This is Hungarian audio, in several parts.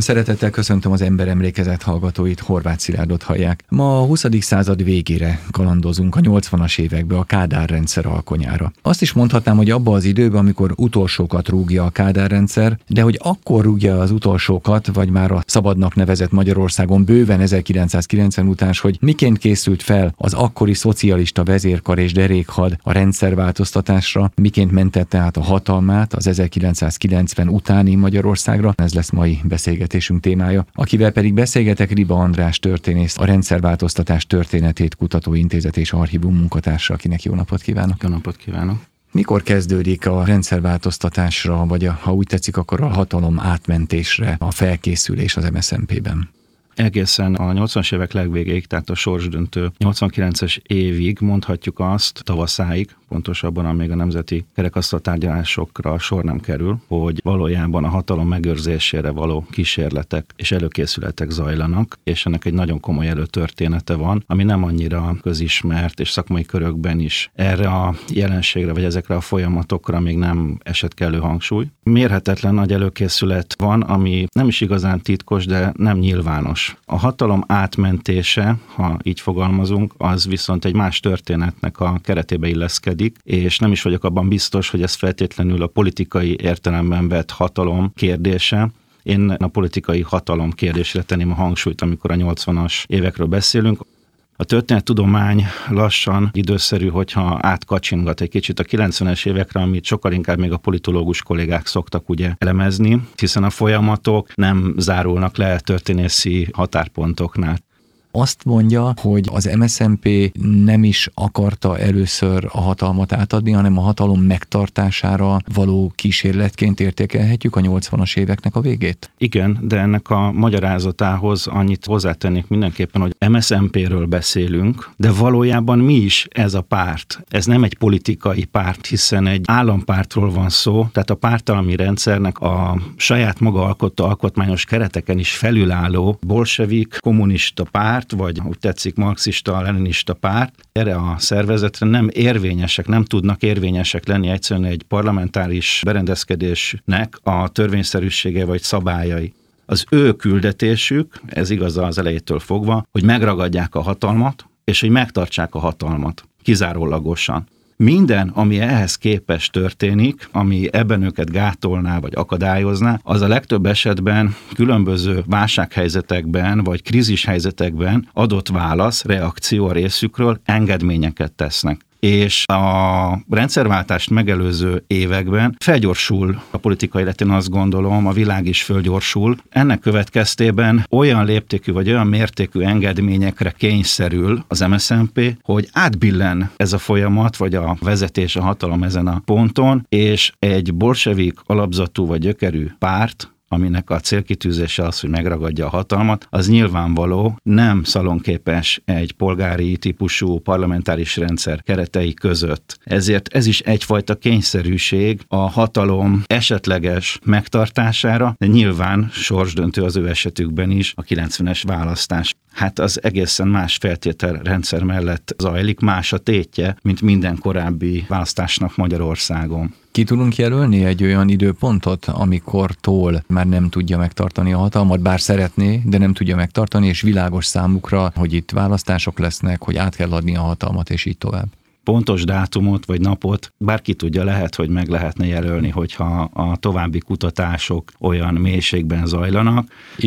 Szeretettel köszöntöm az Emberemlékezet hallgatóit, Horváth Szilárdot hallják. Ma a 20. század végére kalandozunk a 80-as évekbe, a Kádár rendszer alkonyára. Azt is mondhatnám, hogy abba az időben, amikor utolsókat rúgja a Kádár rendszer, de hogy akkor rúgja az utolsókat, vagy már a szabadnak nevezett Magyarországon bőven 1990 után, hogy miként készült fel az akkori szocialista vezérkar és derékhad a rendszerváltoztatásra, miként mentette át a hatalmát az 1990 utáni Magyarországra. Ez lesz mai beszélgetésünk témája, akivel pedig beszélgetek Riba András történész, a rendszerváltoztatás történetét kutató intézet és archívum munkatársa, akinek jó napot kívánok. Jó napot kívánok. Mikor kezdődik a rendszerváltoztatásra, vagy ha úgy tetszik, akkor a hatalom átmentésre a felkészülés az MSZNP-ben? Egészen a 80-as évek legvégéig, tehát a sorsdöntő 89-es évig mondhatjuk azt, tavaszáig, pontosabban, amíg a nemzeti kerekasztal tárgyalásokra sor nem kerül, hogy valójában a hatalom megőrzésére való kísérletek és előkészületek zajlanak, és ennek egy nagyon komoly előtörténete van, ami nem annyira közismert, és szakmai körökben is erre a jelenségre, vagy ezekre a folyamatokra még nem esett kellő hangsúly. Mérhetetlen nagy előkészület van, ami nem is igazán titkos, de nem nyilvános. A hatalom átmentése, ha így fogalmazunk, az viszont egy más történetnek a keretébe illeszkedik, és nem is vagyok abban biztos, hogy ez feltétlenül a politikai értelemben vett hatalom kérdése. Én a politikai hatalom kérdésre tenném a hangsúlyt, amikor a 80-as évekről beszélünk. A történettudomány lassan időszerű, hogyha átkacsingat egy kicsit a 90-es évekre, amit sokkal inkább még a politológus kollégák szoktak ugye elemezni, hiszen a folyamatok nem zárulnak le történészi határpontoknál. Azt mondja, hogy az MSZNP nem is akarta először a hatalmat átadni, hanem a hatalom megtartására való kísérletként értékelhetjük a 80-as éveknek a végét? Igen, de ennek a magyarázatához annyit hozzátennék mindenképpen, hogy MSZNP-ről beszélünk, de valójában mi is ez a párt? Ez nem egy politikai párt, hiszen egy állampártról van szó, tehát a pártalmi rendszernek a saját maga alkotta alkotmányos kereteken is felülálló bolsevik, kommunista párt, vagy úgy tetszik marxista, leninista párt, erre a szervezetre nem érvényesek, nem tudnak érvényesek lenni egyszerűen egy parlamentáris berendezkedésnek a törvényszerűsége vagy szabályai. Az ő küldetésük, ez igaz az elejétől fogva, hogy megragadják a hatalmat, és hogy megtartsák a hatalmat, kizárólagosan. Minden, ami ehhez képest történik, ami ebben őket gátolná vagy akadályozná, az a legtöbb esetben különböző válsághelyzetekben vagy krízishelyzetekben adott válasz, reakció a részükről, engedményeket tesznek. És a rendszerváltást megelőző években felgyorsul a politika életén, azt gondolom, a világ is fölgyorsul. Ennek következtében olyan léptékű vagy olyan mértékű engedményekre kényszerül az MSZNP, hogy átbillen ez a folyamat, vagy a vezetés, a hatalom ezen a ponton, és egy bolsevik alapzatú vagy gyökerű párt, aminek a célkitűzése az, hogy megragadja a hatalmat, az nyilvánvaló nem szalonképes egy polgári típusú parlamentáris rendszer keretei között. Ezért ez is egyfajta kényszerűség a hatalom esetleges megtartására, de nyilván sorsdöntő az ő esetükben is a 90-es választás. Hát az egészen más feltételrendszer mellett zajlik, más a tétje, mint minden korábbi választásnak Magyarországon. Ki tudunk jelölni egy olyan időpontot, amikortól már nem tudja megtartani a hatalmat, bár szeretné, de nem tudja megtartani, és világos számukra, hogy itt választások lesznek, hogy át kell adni a hatalmat, és így tovább? Pontos dátumot vagy napot bárki tudja, lehet, hogy meg lehetne jelölni, hogyha a további kutatások olyan mélységben zajlanak.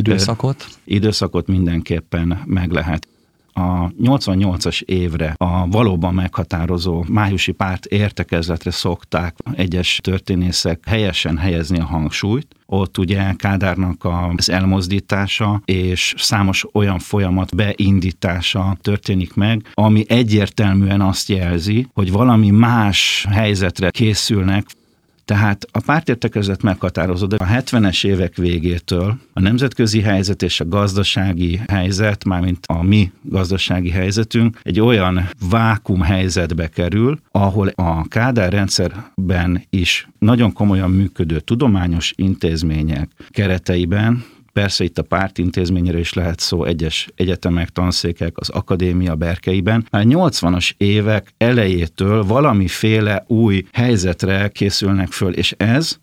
Időszakot mindenképpen meg lehet. A 88-as évre a valóban meghatározó májusi párt értekezletre szokták egyes történészek helyesen helyezni a hangsúlyt. Ott ugye Kádárnak az elmozdítása és számos olyan folyamat beindítása történik meg, ami egyértelműen azt jelzi, hogy valami más helyzetre készülnek. Tehát a pártértekezlet meghatározó, de a 70-es évek végétől a nemzetközi helyzet és a gazdasági helyzet, mármint a mi gazdasági helyzetünk egy olyan vákum helyzetbe kerül, ahol a Kádár rendszerben is nagyon komolyan működő tudományos intézmények kereteiben Persze itt a párt intézményre is lehet szó, egyes egyetemek, tanszékek, az akadémia berkeiben. A 80-as évek elejétől valamiféle új helyzetre készülnek föl, és ez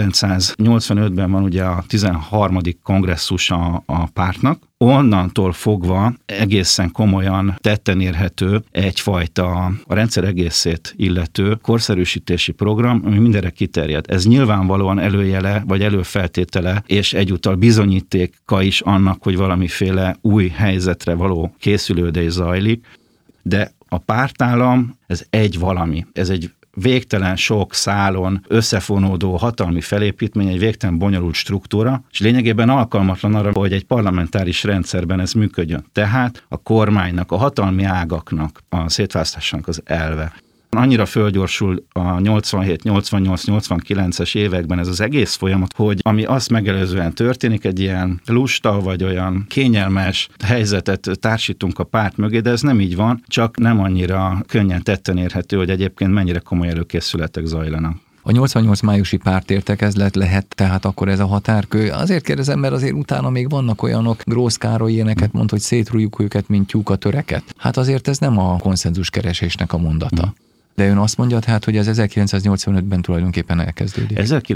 1985-ben van ugye a 13. kongresszusa a pártnak. Onnantól fogva egészen komolyan tetten érhető egyfajta a rendszer egészét illető korszerűsítési program, ami mindenre kiterjed. Ez nyilvánvalóan előjele, vagy előfeltétele, és egyúttal bizonyítéka is annak, hogy valamiféle új helyzetre való készülődés zajlik, de a pártállam ez egy valami, ez egy végtelen sok szálon összefonódó hatalmi felépítmény, egy végtelen bonyolult struktúra, és lényegében alkalmatlan arra, hogy egy parlamentáris rendszerben ez működjön. Tehát a kormánynak, a hatalmi ágaknak, a szétválasztásának az elve. Annyira fölgyorsul a 87, 88, 89-es években ez az egész folyamat, hogy ami azt megelőzően történik, egy ilyen lusta vagy olyan kényelmes helyzetet társítunk a párt mögé, de ez nem így van, csak nem annyira könnyen tetten érhető, hogy egyébként mennyire komoly előkészületek zajlanak. A 88 májusi pártértekezlet lehet tehát akkor ez a határkő. Azért kérdezem, mert azért utána még vannak olyanok, Grósz Károly ilyeneket mond, hogy szétrújjuk őket, mint tyúk a töreket. Hát azért ez nem a konszenzus keresésnek a mondata. De ön azt mondja, hát, hogy az 1985-ben tulajdonképpen elkezdődik.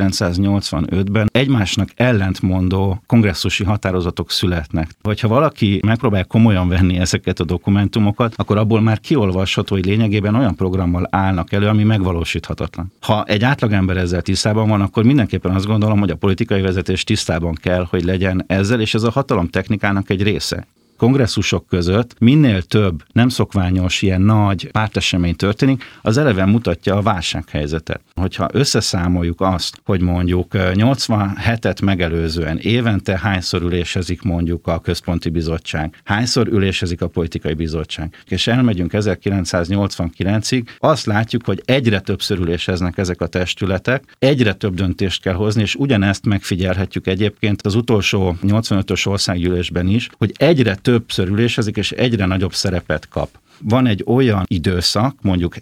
1985-ben egymásnak ellentmondó kongresszusi határozatok születnek. Hogyha valaki megpróbál komolyan venni ezeket a dokumentumokat, akkor abból már kiolvasható, hogy lényegében olyan programmal állnak elő, ami megvalósíthatatlan. Ha egy átlagember ezzel tisztában van, akkor mindenképpen azt gondolom, hogy a politikai vezetés tisztában kell, hogy legyen ezzel, és ez a hatalomtechnikának egy része. Kongresszusok között minél több nem szokványos ilyen nagy pártesemény történik, az eleve mutatja a válsághelyzetet. Hogyha összeszámoljuk azt, hogy mondjuk 87-et megelőzően évente hányszor ülésezik mondjuk a központi bizottság, hányszor ülésezik a politikai bizottság, és elmegyünk 1989-ig, azt látjuk, hogy egyre többször üléseznek ezek a testületek, egyre több döntést kell hozni, és ugyanezt megfigyelhetjük egyébként az utolsó 85-ös országgyűlésben is, hogy egyre többször ülésezik, és egyre nagyobb szerepet kap. Van egy olyan időszak, mondjuk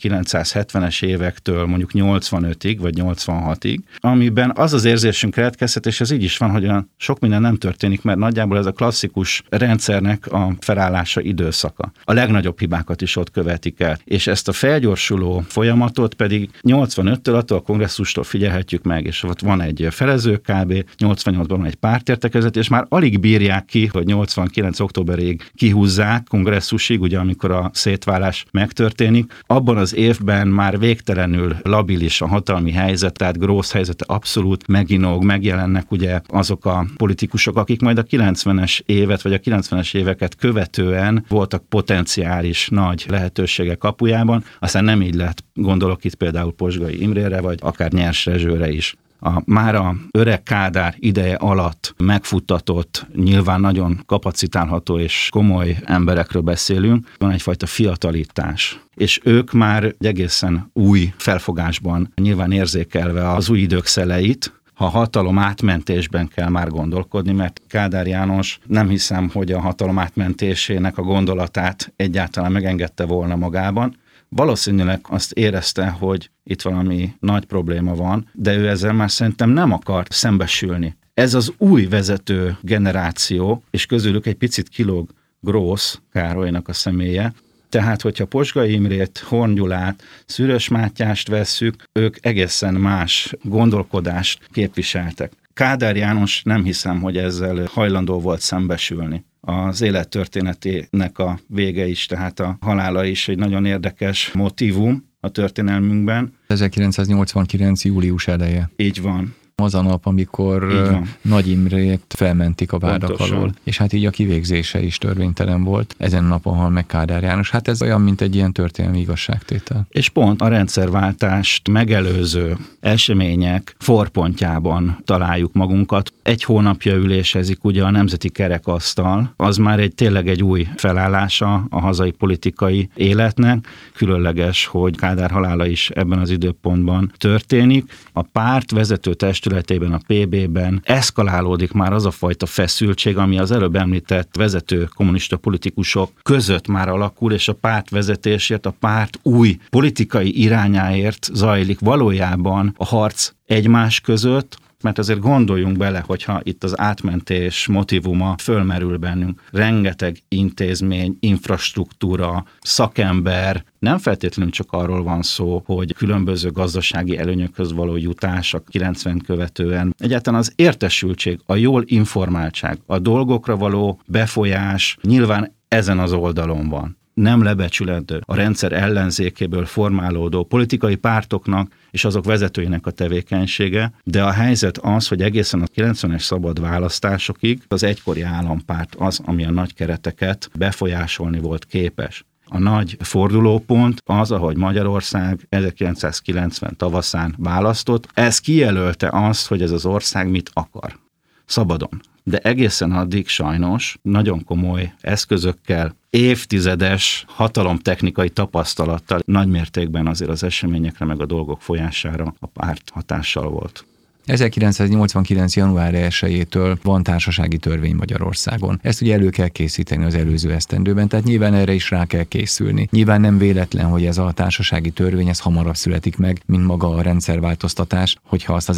1970-es évektől mondjuk 85-ig, vagy 86-ig, amiben az az érzésünk keletkezhet, és ez így is van, hogy olyan sok minden nem történik, mert nagyjából ez a klasszikus rendszernek a felállása időszaka. A legnagyobb hibákat is ott követik el, és ezt a felgyorsuló folyamatot pedig 85-től attól a kongresszustól figyelhetjük meg, és ott van egy felező kb. 88-ban van egy pártértekezlet, és már alig bírják ki, hogy 89. októberig kihúzzák kongresszusig, ugye amikor a szétválás megtörténik. Abban az évben már végtelenül labilis a hatalmi helyzet, tehát Grósz helyzete abszolút meginog, megjelennek ugye azok a politikusok, akik majd a 90-es évet, vagy a 90-es éveket követően voltak potenciális nagy lehetőségek kapujában, aztán nem így lett, gondolok itt például Posgai Imrére, vagy akár Nyers Rezsőre is. Már a öreg Kádár ideje alatt megfuttatott, nyilván nagyon kapacitálható és komoly emberekről beszélünk, van egyfajta fiatalítás. És ők már egy egészen új felfogásban, nyilván érzékelve az új idők szeleit, ha hatalom átmentésben kell már gondolkodni, mert Kádár János nem hiszem, hogy a hatalom átmentésének a gondolatát egyáltalán megengedte volna magában. Valószínűleg azt érezte, hogy itt valami nagy probléma van, de ő ezzel már szerintem nem akart szembesülni. Ez az új vezető generáció, és közülük egy picit kilóg Grósz Károlynak a személye, tehát, hogyha Posgai Imrét, Horn Gyulát, Szűrös Mátyást vesszük, ők egészen más gondolkodást képviseltek. Kádár János nem hiszem, hogy ezzel hajlandó volt szembesülni. Az élettörténetének a vége is, tehát a halála is egy nagyon érdekes motívum a történelmünkben. 1989. július eleje. Így van. Az a nap, amikor Nagy Imrét felmentik a vádak alól, és hát így a kivégzése is törvénytelen volt. Ezen a napon hal meg Kádár János. Hát ez olyan, mint egy ilyen történelmi igazságtétel. És pont a rendszerváltást megelőző események forpontjában találjuk magunkat. Egy hónapja ülésezik ugye a Nemzeti Kerekasztal, az már tényleg egy új felállása a hazai politikai életnek. Különleges, hogy Kádár halála is ebben az időpontban történik. A párt vezető testületében, a PB-ben eszkalálódik már az a fajta feszültség, ami az előbb említett vezető kommunista politikusok között már alakul, és a párt vezetésért, a párt új politikai irányáért zajlik valójában a harc egymás között, Mert azért gondoljunk bele, hogyha itt az átmentés motivuma fölmerül bennünk, rengeteg intézmény, infrastruktúra, szakember, nem feltétlenül csak arról van szó, hogy különböző gazdasági előnyökhöz való jutás a 90 követően. Egyáltalán az értesültség, a jól informáltság, a dolgokra való befolyás nyilván ezen az oldalon van. Nem lebecsülendő a rendszer ellenzékéből formálódó politikai pártoknak és azok vezetőinek a tevékenysége, de a helyzet az, hogy egészen a 90-es szabad választásokig az egykori állampárt az, ami a nagy kereteket befolyásolni volt képes. A nagy fordulópont az, ahogy Magyarország 1990 tavaszán választott, ez kijelölte azt, hogy ez az ország mit akar. Szabadon. De egészen addig sajnos nagyon komoly eszközökkel, évtizedes hatalomtechnikai tapasztalattal nagymértékben azért az eseményekre meg a dolgok folyására a párt hatással volt. 1989. január 1-től van társasági törvény Magyarországon. Ezt ugye elő kell készíteni az előző esztendőben, tehát nyilván erre is rá kell készülni. Nyilván nem véletlen, hogy ez a társasági törvény ez hamarabb születik meg, mint maga a rendszerváltoztatás, hogyha azt az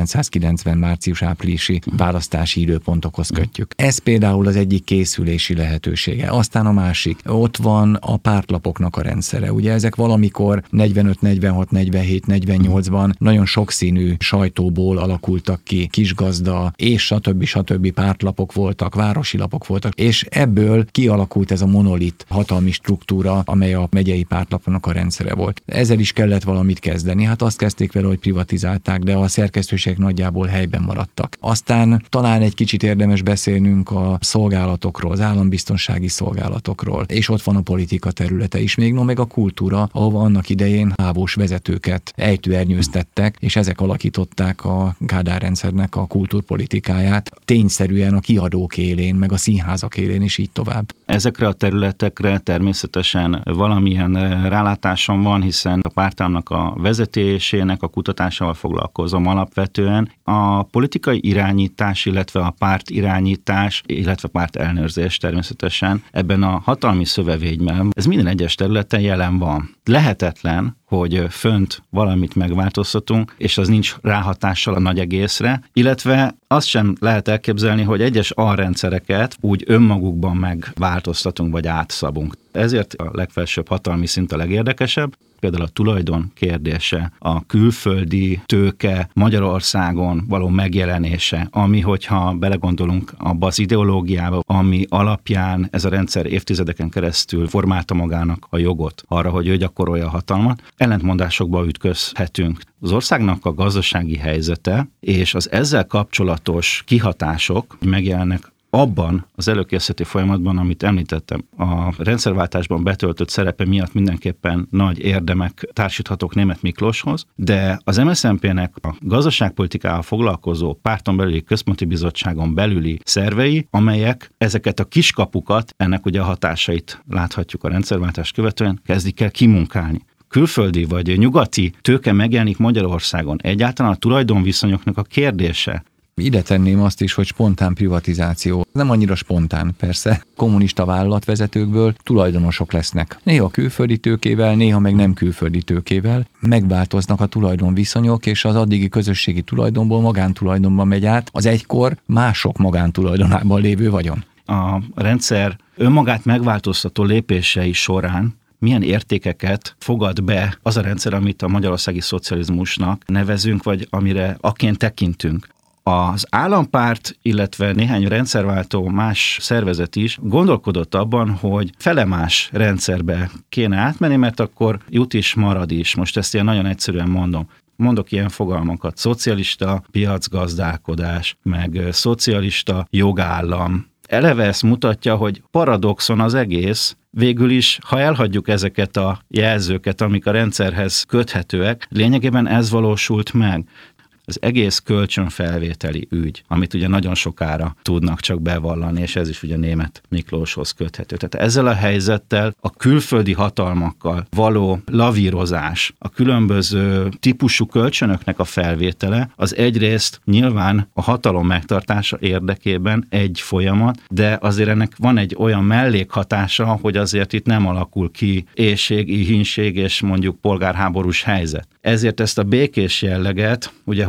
1990. március-áprilisi választási időpontokhoz kötjük. Ez például az egyik készülési lehetősége. Aztán a másik, ott van a pártlapoknak a rendszere. Ugye ezek valamikor 45, 46, 47, 48-ban nagyon sokszínű sajtóból alakultak ki, kisgazda, és stb. Pártlapok voltak, városi lapok voltak, és ebből kialakult ez a monolit hatalmi struktúra, amely a megyei pártlapnak a rendszere volt. Ezzel is kellett valamit kezdeni. Hát azt kezdték vele, hogy privatizálták, de a szerkesztőségek nagyjából helyben maradtak. Aztán talán egy kicsit érdemes beszélnünk a szolgálatokról, az állambiztonsági szolgálatokról, és ott van a politika területe is, még meg a kultúra, ahova annak idején háborús vezetőket ejtőernyőztettek, és ezek alakították a Kádár rendszernek a kultúrpolitikáját, tényszerűen a kiadók élén, meg a színházak élén is így tovább. Ezekre a területekre természetesen valamilyen rálátásom van, hiszen a pártámnak a vezetésének a kutatásával foglalkozom alapvetően. A politikai irányítás, illetve a párt irányítás, illetve párt ellenőrzés természetesen ebben a hatalmi szövevényben, ez minden egyes területen jelen van. Lehetetlen, hogy fönt valamit megváltoztatunk, és az nincs ráhatással a nagy egészre, illetve azt sem lehet elképzelni, hogy egyes alrendszereket úgy önmagukban megváltoztatunk, vagy átszabunk. Ezért a legfelsőbb hatalmi szint a legérdekesebb, például a tulajdon kérdése, a külföldi tőke Magyarországon való megjelenése, ami, hogyha belegondolunk abba az ideológiába, ami alapján ez a rendszer évtizedeken keresztül formálta magának a jogot arra, hogy ő gyakorolja a hatalmat, ellentmondásokba ütközhetünk. Az országnak a gazdasági helyzete és az ezzel kapcsolatos kihatások megjelennek abban az előkészítő folyamatban, amit említettem, a rendszerváltásban betöltött szerepe miatt mindenképpen nagy érdemek társíthatók Németh Miklóshoz, de az MSZNP-nek a gazdaságpolitikával foglalkozó párton belüli központi bizottságon belüli szervei, amelyek ezeket a kiskapukat, ennek ugye a hatásait láthatjuk a rendszerváltás követően, kezdik el kimunkálni. Külföldi vagy nyugati tőke megjelenik Magyarországon. Egyáltalán a tulajdonviszonyoknak a kérdése. Ide tenném azt is, hogy spontán privatizáció. Nem annyira spontán, persze. Kommunista vállalatvezetőkből tulajdonosok lesznek. Néha külföldi tőkével, néha meg nem külföldi tőkével. Megváltoznak a tulajdonviszonyok, és az addigi közösségi tulajdonból magántulajdonba megy át az egykor mások magántulajdonában lévő vagyon. A rendszer önmagát megváltoztató lépései során milyen értékeket fogad be az a rendszer, amit a magyarországi szocializmusnak nevezünk, vagy amire aként tekintünk. Az állampárt, illetve néhány rendszerváltó más szervezet is gondolkodott abban, hogy felemás rendszerbe kéne átmenni, mert akkor jut is, marad is. Most ezt ilyen nagyon egyszerűen mondom. Mondok ilyen fogalmakat, szocialista piacgazdálkodás, meg szocialista jogállam. Eleve ezt mutatja, hogy paradoxon az egész, végül is, ha elhagyjuk ezeket a jelzőket, amik a rendszerhez köthetőek, lényegében ez valósult meg. Az egész kölcsönfelvételi ügy, amit ugye nagyon sokára tudnak csak bevallani, és ez is ugye Németh Miklóshoz köthető. Tehát ezzel a helyzettel, a külföldi hatalmakkal való lavírozás, a különböző típusú kölcsönöknek a felvétele, az egyrészt nyilván a hatalom megtartása érdekében egy folyamat, de azért ennek van egy olyan mellékhatása, hogy azért itt nem alakul ki éhség, éhínség és mondjuk polgárháborús helyzet. Ezért ezt a békés jelleget, ugye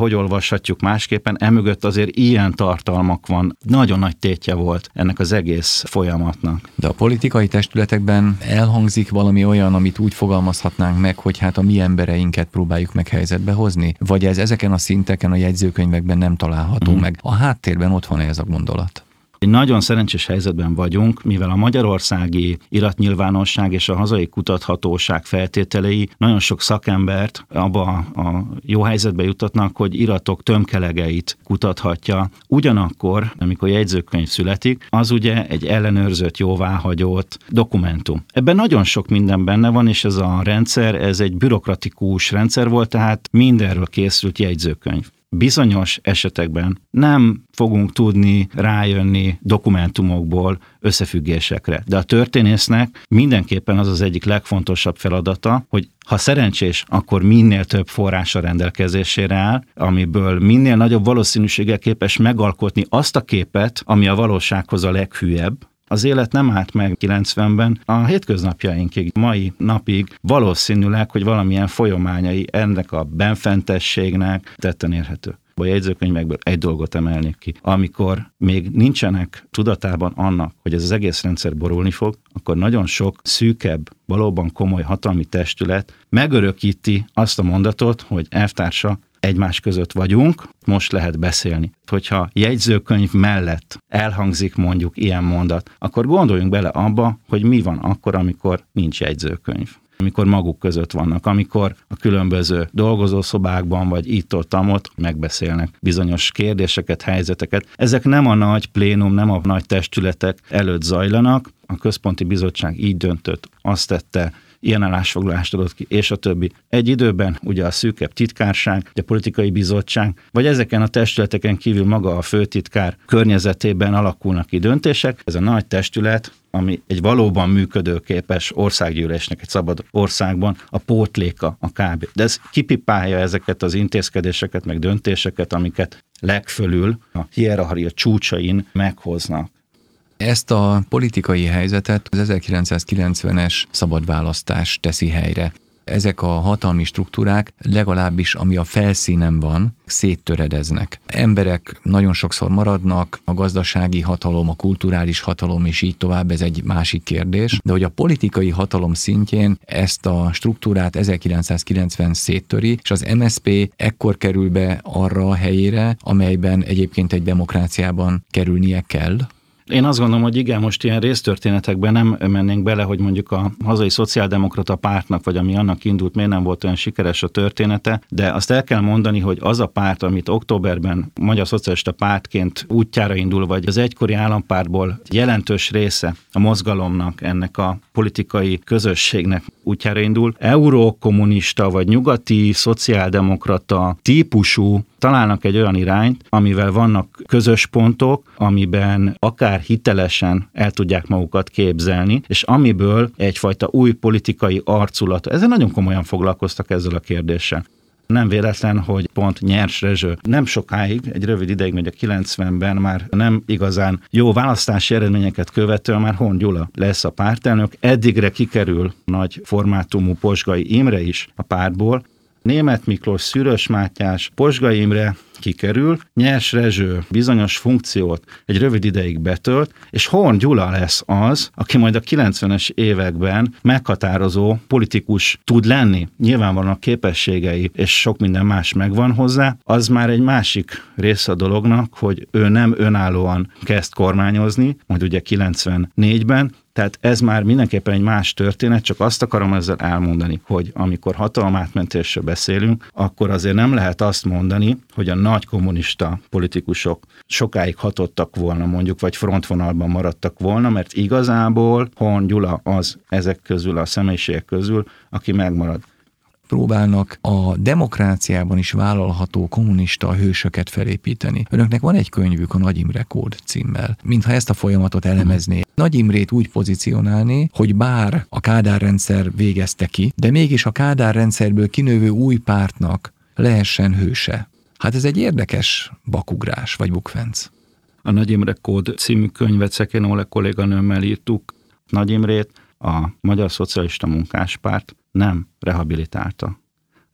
hogy olvashatjuk másképpen, emögött azért ilyen tartalmak van. Nagyon nagy tétje volt ennek az egész folyamatnak. De a politikai testületekben elhangzik valami olyan, amit úgy fogalmazhatnánk meg, hogy hát a mi embereinket próbáljuk meg helyzetbe hozni? Vagy ez ezeken a szinteken a jegyzőkönyvekben nem található meg? A háttérben ott van ez a gondolat? Egy nagyon szerencsés helyzetben vagyunk, mivel a magyarországi iratnyilvánosság és a hazai kutathatóság feltételei nagyon sok szakembert abba a jó helyzetbe juttatnak, hogy iratok tömkelegeit kutathatja. Ugyanakkor, amikor jegyzőkönyv születik, az ugye egy ellenőrzött, jóváhagyott dokumentum. Ebben nagyon sok minden benne van, és ez a rendszer, ez egy bürokratikus rendszer volt, tehát mindenről készült jegyzőkönyv. Bizonyos esetekben nem fogunk tudni rájönni dokumentumokból összefüggésekre. De a történésznek mindenképpen az az egyik legfontosabb feladata, hogy ha szerencsés, akkor minél több forrása rendelkezésére áll, amiből minél nagyobb valószínűséggel képes megalkotni azt a képet, ami a valósághoz a leghűebb. Az élet nem állt meg 90-ben, a hétköznapjainkig, mai napig valószínűleg, hogy valamilyen folyamányai ennek a benfentességnek tetten érhető. A jegyzőkönyvekből egy dolgot emelnék ki. Amikor még nincsenek tudatában annak, hogy ez az egész rendszer borulni fog, akkor nagyon sok szűkebb, valóban komoly hatalmi testület megörökíti azt a mondatot, hogy elvtársa, egymás között vagyunk, most lehet beszélni. Hogyha jegyzőkönyv mellett elhangzik mondjuk ilyen mondat, akkor gondoljunk bele abba, hogy mi van akkor, amikor nincs jegyzőkönyv. Amikor maguk között vannak, amikor a különböző dolgozószobákban, vagy itt-ott megbeszélnek bizonyos kérdéseket, helyzeteket. Ezek nem a nagy plénum, nem a nagy testületek előtt zajlanak. A Központi Bizottság így döntött, azt tette, ilyen állásfoglalást adott ki, és a többi. Egy időben ugye a szűkebb titkárság, a politikai bizottság, vagy ezeken a testületeken kívül maga a főtitkár környezetében alakulnak ki döntések. Ez a nagy testület, ami egy valóban működőképes országgyűlésnek egy szabad országban a pótléka, a kb. De ez kipipálja ezeket az intézkedéseket, meg döntéseket, amiket legfölül a hierarchia csúcsain meghoznak. Ezt a politikai helyzetet az 1990-es szabad választás teszi helyre. Ezek a hatalmi struktúrák legalábbis, ami a felszínen van, széttöredeznek. Emberek nagyon sokszor maradnak, a gazdasági hatalom, a kulturális hatalom és így tovább, ez egy másik kérdés, de hogy a politikai hatalom szintjén ezt a struktúrát 1990 széttöri, és az MSZP ekkor kerül be arra a helyére, amelyben egyébként egy demokráciában kerülnie kell. Én azt gondolom, hogy igen, most ilyen résztörténetekben nem mennénk bele, hogy mondjuk a hazai szociáldemokrata pártnak, vagy ami annak indult, miért nem volt olyan sikeres a története, de azt el kell mondani, hogy az a párt, amit októberben Magyar Szocialista Pártként útjára indul, vagy az egykori állampártból jelentős része a mozgalomnak, ennek a politikai közösségnek útjára indul, eurókommunista vagy nyugati szociáldemokrata típusú találnak egy olyan irányt, amivel vannak közös pontok, amiben akár hitelesen el tudják magukat képzelni, és amiből egyfajta új politikai arculat. Ezzel nagyon komolyan foglalkoztak ezzel a kérdéssel. Nem véletlen, hogy pont Nyers Rezső nem sokáig, egy rövid ideig, még a 90-ben már nem igazán jó választási eredményeket követően már Horn Gyula lesz a pártelnök. Eddigre kikerül nagy formátumú Posgai Imre is a pártból. Németh Miklós, Szűrös Mátyás, Posgai Imre kikerül, Nyers Rezső bizonyos funkciót egy rövid ideig betölt, és Horn Gyula lesz az, aki majd a 90-es években meghatározó politikus tud lenni. Nyilvánvalóan a képességei és sok minden más megvan hozzá. Az már egy másik része a dolognak, hogy ő nem önállóan kezd kormányozni, majd ugye 94-ben, tehát ez már mindenképpen egy más történet, csak azt akarom ezzel elmondani, hogy amikor hatalomátmentésről beszélünk, akkor azért nem lehet azt mondani, hogy a nagy kommunista politikusok sokáig hatottak volna mondjuk, vagy frontvonalban maradtak volna, mert igazából Horn Gyula az ezek közül, a személyiségek közül, aki megmarad. Próbálnak a demokráciában is vállalható kommunista hősöket felépíteni. Önöknek van egy könyvük, a Nagy Imre Kód címmel. Mintha ezt a folyamatot elemezné. Nagy Imrét úgy pozícionálni, hogy bár a Kádár rendszer végezte ki, de mégis a Kádár rendszerből kinövő új pártnak lehessen hőse. Hát ez egy érdekes bakugrás vagy bukfenc. A Nagy Imre Kód című könyvet Szekény Óle kolléganőmmel írtuk. Nagy Imrét a Magyar Szocialista Munkáspárt nem rehabilitálta.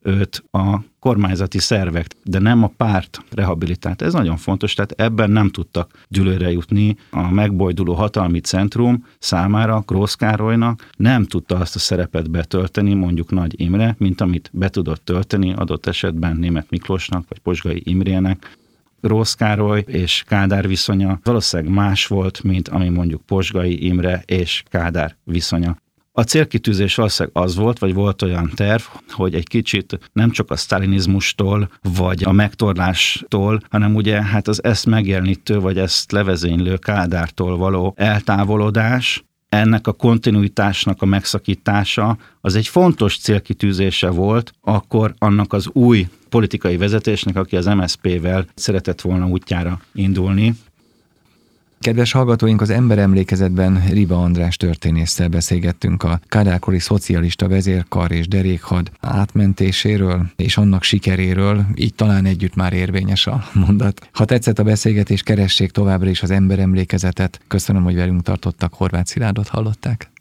őt a kormányzati szervek, de nem a párt rehabilitált. Ez nagyon fontos, tehát ebben nem tudtak dűlőre jutni. A megbojduló hatalmi centrum számára, Grósz Károlynak nem tudta azt a szerepet betölteni, mondjuk Nagy Imre, mint amit be tudott tölteni adott esetben Németh Miklósnak, vagy Pozsgai Imrének. Grósz Károly és Kádár viszonya valószínűleg más volt, mint ami mondjuk Pozsgai Imre és Kádár viszonya. A célkitűzés valószínűleg az volt, vagy volt olyan terv, hogy egy kicsit nem csak a sztálinizmustól, vagy a megtorlástól, hanem ugye hát az ezt megjelenítő, vagy ezt levezénylő Kádártól való eltávolodás, ennek a kontinuitásnak a megszakítása, az egy fontos célkitűzése volt, akkor annak az új politikai vezetésnek, aki az MSZP-vel szeretett volna útjára indulni. Kedves hallgatóink, az Emberemlékezetben Riba András történésszel beszélgettünk a kádárkori szocialista vezérkar és derékhad átmentéséről és annak sikeréről, így talán együtt már érvényes a mondat. Ha tetszett a beszélgetés, keressék továbbra is az Emberemlékezetet. Köszönöm, hogy velünk tartottak, Horváth Szilárdot hallották.